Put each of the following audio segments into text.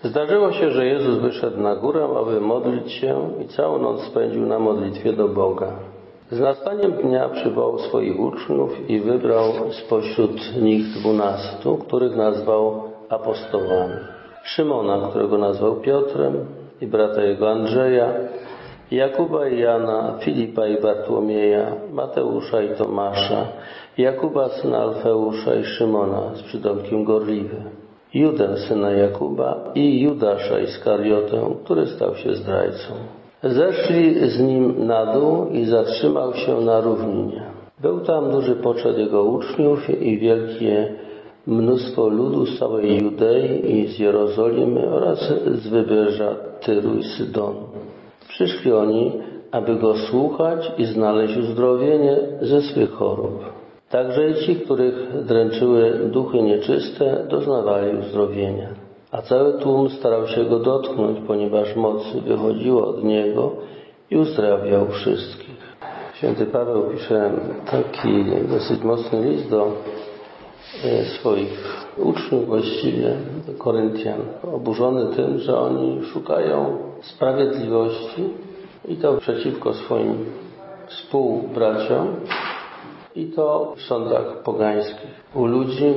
Zdarzyło się, że Jezus wyszedł na górę, aby modlić się i całą noc spędził na modlitwie do Boga. Z nastaniem dnia przywołał swoich uczniów i wybrał spośród nich 12, których nazwał apostołami. Szymona, którego nazwał Piotrem, i brata jego Andrzeja, Jakuba i Jana, Filipa i Bartłomieja, Mateusza i Tomasza, Jakuba syna Alfeusza i Szymona z przydomkiem Gorliwy, Judę syna Jakuba i Judasza Iskariotę, który stał się zdrajcą. Zeszli z nim na dół i zatrzymał się na równinie. Był tam duży poczet jego uczniów i wielkie mnóstwo ludu z całej Judei i z Jerozolimy oraz z wybrzeża Tyru i Sydonu. Przyszli oni, aby go słuchać i znaleźć uzdrowienie ze swych chorób. Także i ci, których dręczyły duchy nieczyste, doznawali uzdrowienia. A cały tłum starał się go dotknąć, ponieważ moc wychodziła od niego i uzdrawiał wszystkich. Święty Paweł pisze taki dosyć mocny list do swoich uczniów, właściwie do Koryntian, oburzony tym, że oni szukają sprawiedliwości i to przeciwko swoim współbraciom, i to w sądach pogańskich, u ludzi,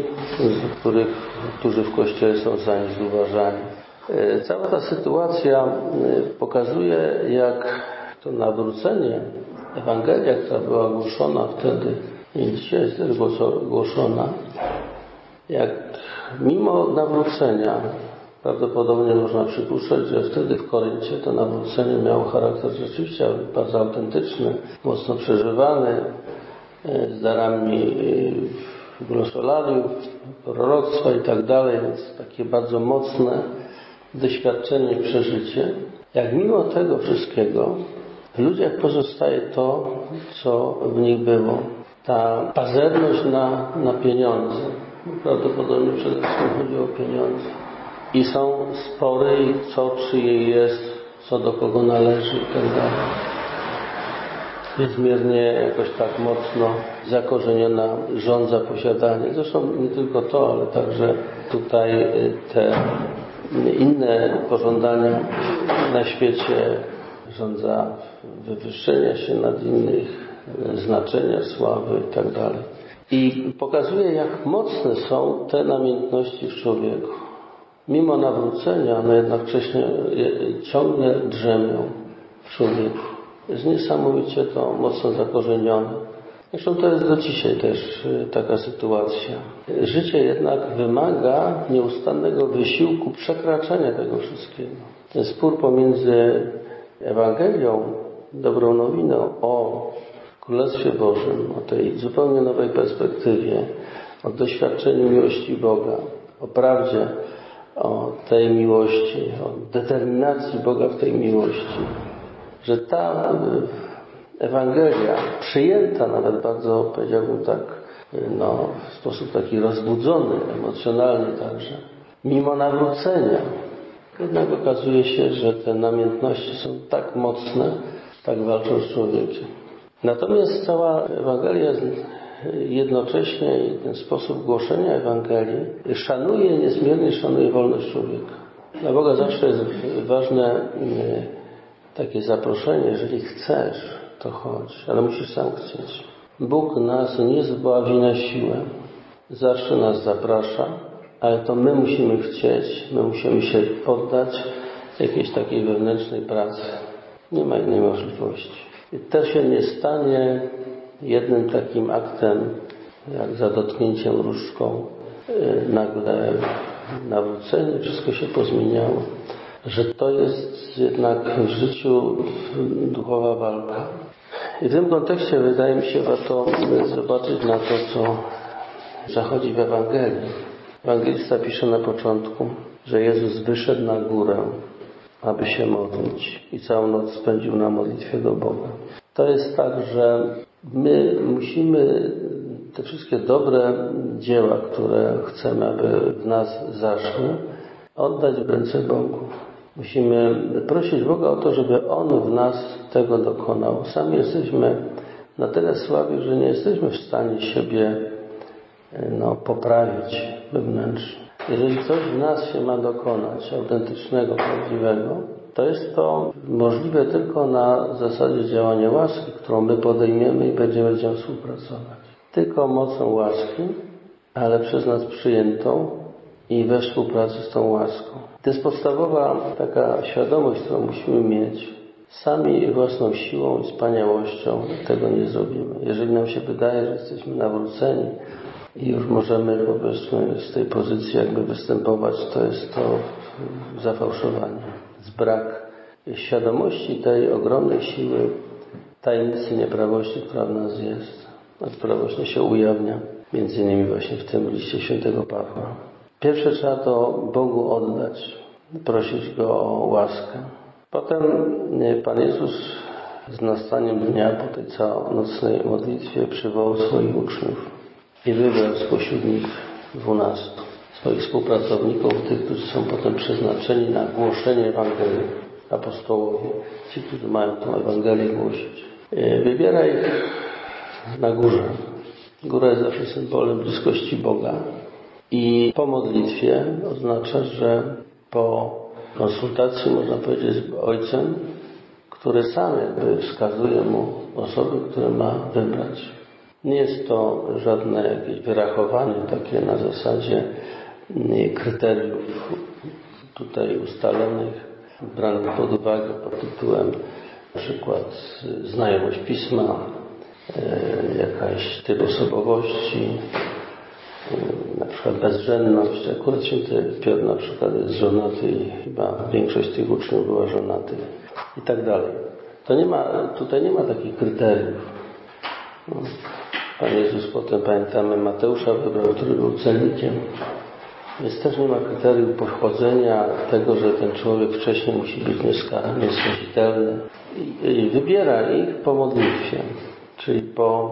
którzy w Kościele są za nich uważani. Cała ta sytuacja pokazuje, jak to nawrócenie, Ewangelia, która była głoszona wtedy, i dzisiaj jest też głoszona, jak mimo nawrócenia, prawdopodobnie można przypuszczać, że wtedy w Koryncie to nawrócenie miało charakter rzeczywiście bardzo autentyczny, mocno przeżywany, z darami glosolariów, proroctwa i tak dalej, więc takie bardzo mocne doświadczenie i przeżycie. Jak mimo tego wszystkiego w ludziach pozostaje to, co w nich było. Ta pazerność na pieniądze. Prawdopodobnie przede wszystkim chodzi o pieniądze. I są spory, co czyje jest, co do kogo należy i tak dalej. Niezmiernie jakoś tak mocno zakorzeniona żądza posiadania. Zresztą nie tylko to, ale także tutaj te inne pożądania na świecie, żądza wywyższenia się nad innych, znaczenia, sławy i tak dalej. I pokazuje, jak mocne są te namiętności w człowieku. Mimo nawrócenia, one jednocześnie ciągle drzemią w człowieku. Jest niesamowicie to mocno zakorzenione. Zresztą to jest do dzisiaj też taka sytuacja. Życie jednak wymaga nieustannego wysiłku przekraczania tego wszystkiego. Ten spór pomiędzy Ewangelią, dobrą nowiną o Królestwie Bożym, o tej zupełnie nowej perspektywie, o doświadczeniu miłości Boga, o prawdzie, o tej miłości, o determinacji Boga w tej miłości, że ta Ewangelia, przyjęta nawet bardzo, powiedziałbym tak, w sposób taki rozbudzony, emocjonalny także, mimo nawrócenia, jednak okazuje się, że te namiętności są tak mocne, tak walczą z człowiekiem. Natomiast cała Ewangelia jednocześnie i ten sposób głoszenia Ewangelii niezmiernie szanuje wolność człowieka. Dla Boga zawsze jest ważne takie zaproszenie: jeżeli chcesz, to chodź, ale musisz sam chcieć. Bóg nas nie zbawi na siłę. Zawsze nas zaprasza, ale to my musimy chcieć, my musimy się poddać jakiejś takiej wewnętrznej pracy. Nie ma innej możliwości. I to się nie stanie jednym takim aktem, jak za dotknięciem różdżką, nagle nawrócenie, wszystko się pozmieniało. Że to jest jednak w życiu duchowa walka. I w tym kontekście wydaje mi się warto zobaczyć na to, co zachodzi w Ewangelii. Ewangelista pisze na początku, że Jezus wyszedł na górę, aby się modlić i całą noc spędził na modlitwie do Boga. To jest tak, że my musimy te wszystkie dobre dzieła, które chcemy, aby w nas zaszły, oddać w ręce Bogu. Musimy prosić Boga o to, żeby On w nas tego dokonał. Sami jesteśmy na tyle słabi, że nie jesteśmy w stanie siebie poprawić wewnętrznie. Jeżeli coś w nas się ma dokonać, autentycznego, prawdziwego, to jest to możliwe tylko na zasadzie działania łaski, którą my podejmiemy i będziemy z nią współpracować. Tylko mocą łaski, ale przez nas przyjętą i we współpracy z tą łaską. To jest podstawowa taka świadomość, którą musimy mieć. Sami własną siłą i wspaniałością tego nie zrobimy. Jeżeli nam się wydaje, że jesteśmy nawróceni i już możemy, powiedzmy, z tej pozycji jakby występować, to jest to zafałszowanie. Brak świadomości tej ogromnej siły tajemnicy nieprawości, która w nas jest, a która właśnie się ujawnia między innymi właśnie w tym liście świętego Pawła. Pierwsze trzeba to Bogu oddać, prosić Go o łaskę. Potem Pan Jezus z nastaniem dnia po tej całonocnej modlitwie przywołał swoich uczniów i wybrał spośród nich 12 swoich współpracowników, tych, którzy są potem przeznaczeni na głoszenie Ewangelii, apostołowie, ci, którzy mają tę Ewangelię głosić. Wybiera ich na górze. Góra jest zawsze symbolem bliskości Boga i po modlitwie oznacza, że po konsultacji, można powiedzieć, z Ojcem, który sam jakby wskazuje mu osoby, które ma wybrać. Nie jest to żadne jakieś wyrachowanie takie na zasadzie kryteriów tutaj ustalonych, branych pod uwagę pod tytułem na przykład znajomość pisma, jakaś typ osobowości, na przykład bezżenność. Akurat święty Piotr na przykład jest żonaty i chyba większość tych uczniów była żonatych i tak dalej. Tutaj nie ma takich kryteriów. Pan Jezus potem, pamiętamy, Mateusza wybrał, który był celnikiem. Więc też nie ma kryterium pochodzenia tego, że ten człowiek wcześniej musi być nieskazitelny. I wybiera ich po modlitwie, czyli po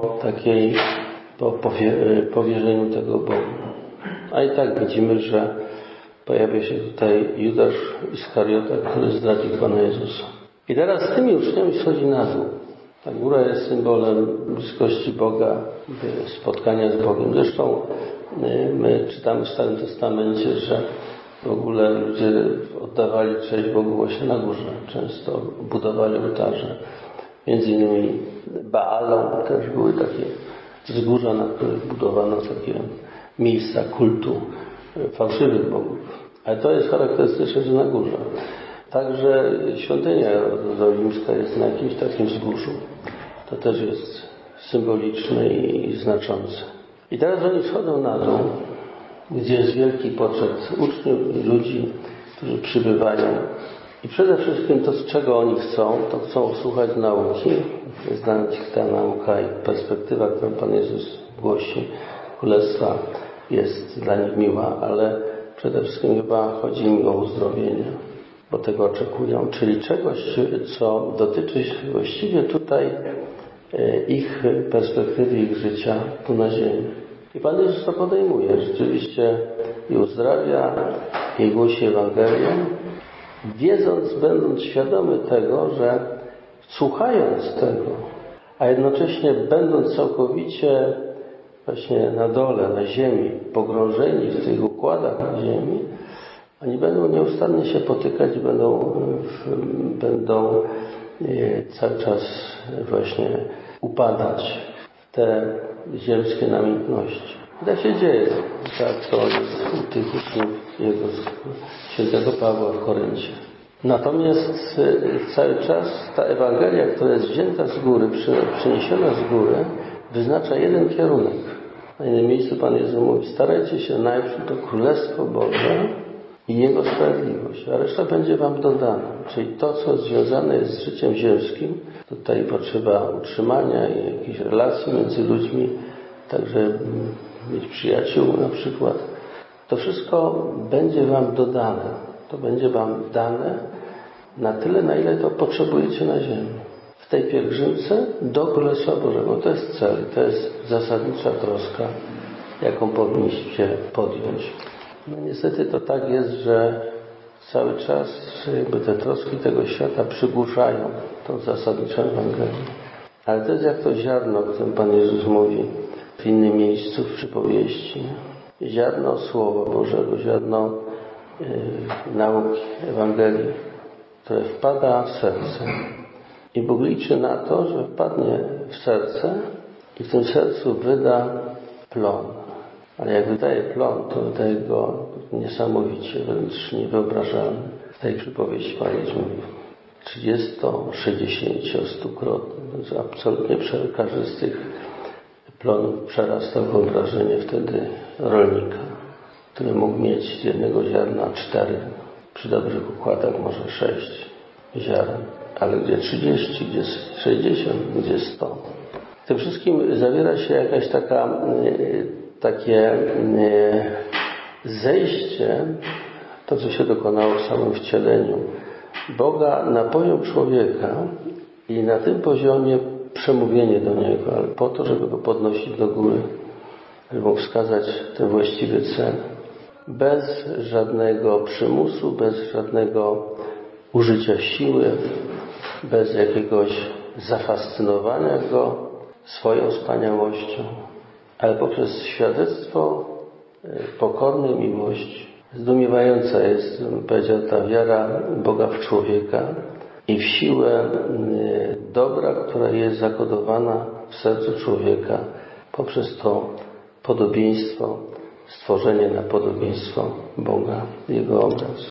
powierzeniu tego Bogu. A i tak widzimy, że pojawia się tutaj Judasz Iskariota, który zdradził Pana Jezusa. I teraz z tymi uczniami schodzi na dół. Ta góra jest symbolem bliskości Boga, spotkania z Bogiem. Zresztą my czytamy w Starym Testamencie, że w ogóle ludzie oddawali cześć Bogu właśnie na górze. Często budowali ołtarze. Między innymi Baalom też były takie wzgórza, na których budowano takie miejsca kultu fałszywych bogów. Ale to jest charakterystyczne, że na górze. Także świątynia jerozolimska jest na jakimś takim wzgórzu. To też jest symboliczne i znaczące. I teraz oni schodzą na dół, gdzie jest wielki poczet uczniów i ludzi, którzy przybywają. I przede wszystkim to, z czego oni chcą, to chcą słuchać nauki, znać ich ta nauka i perspektywa, którą Pan Jezus głosi, Królestwa jest dla nich miła, ale przede wszystkim chyba chodzi im o uzdrowienie, bo tego oczekują, czyli czegoś, co dotyczy właściwie tutaj ich perspektywy, ich życia tu na ziemi. I Pan Jezus to podejmuje, rzeczywiście i uzdrawia, i głosi Ewangelię, wiedząc, będąc świadomy tego, że słuchając tego, a jednocześnie będąc całkowicie właśnie na dole, na ziemi, pogrążeni w tych układach na ziemi, oni będą nieustannie się potykać i będą cały czas właśnie upadać w te ziemskie namiętności. I tak się dzieje, tak to jest u tych uczniów jego świętego Pawła w Koryncie. Natomiast cały czas ta Ewangelia, która jest wzięta z góry, przyniesiona z góry, wyznacza jeden kierunek. Na innym miejscu Pan Jezus mówi: starajcie się najpierw to Królestwo Boże i Jego sprawiedliwość, a reszta będzie wam dodana. Czyli to, co związane jest z życiem ziemskim, tutaj potrzeba utrzymania i jakichś relacji między ludźmi, także mieć przyjaciół na przykład. To wszystko będzie wam dodane. To będzie wam dane na tyle, na ile to potrzebujecie na ziemi. W tej pielgrzymce do Królestwa Bożego. To jest cel, to jest zasadnicza troska, jaką powinniście podjąć. No niestety to tak jest, że cały czas jakby te troski tego świata przygłuszają tą zasadniczą Ewangelię. Ale to jest jak to ziarno, o którym Pan Jezus mówi w innym miejscu w przypowieści. ziarno Słowa Bożego, ziarno nauki, Ewangelii, które wpada w serce. I Bóg liczy na to, że wpadnie w serce i w tym sercu wyda plon. Ale jak wydaje plon, to wydaje go niesamowicie, wręcz niewyobrażalny. W tej przypowieści powiedzieliśmy 30, 60, 100-krotny. To absolutnie każdy z tych plonów przerastał wyobrażenie wtedy rolnika, który mógł mieć z jednego ziarna 4, przy dobrych układach może 6 ziaren, ale gdzie 30, gdzie 60, gdzie 100. W tym wszystkim zawiera się jakaś takie zejście, to co się dokonało w samym wcieleniu Boga na poziom człowieka i na tym poziomie przemówienie do Niego, ale po to, żeby go podnosić do góry, żeby mu wskazać ten właściwy cel. Bez żadnego przymusu, bez żadnego użycia siły, bez jakiegoś zafascynowania go swoją wspaniałością, ale poprzez świadectwo pokornej miłości. Zdumiewająca jest, bym powiedział, ta wiara Boga w człowieka i w siłę dobra, która jest zakodowana w sercu człowieka poprzez to podobieństwo, stworzenie na podobieństwo Boga, Jego obraz.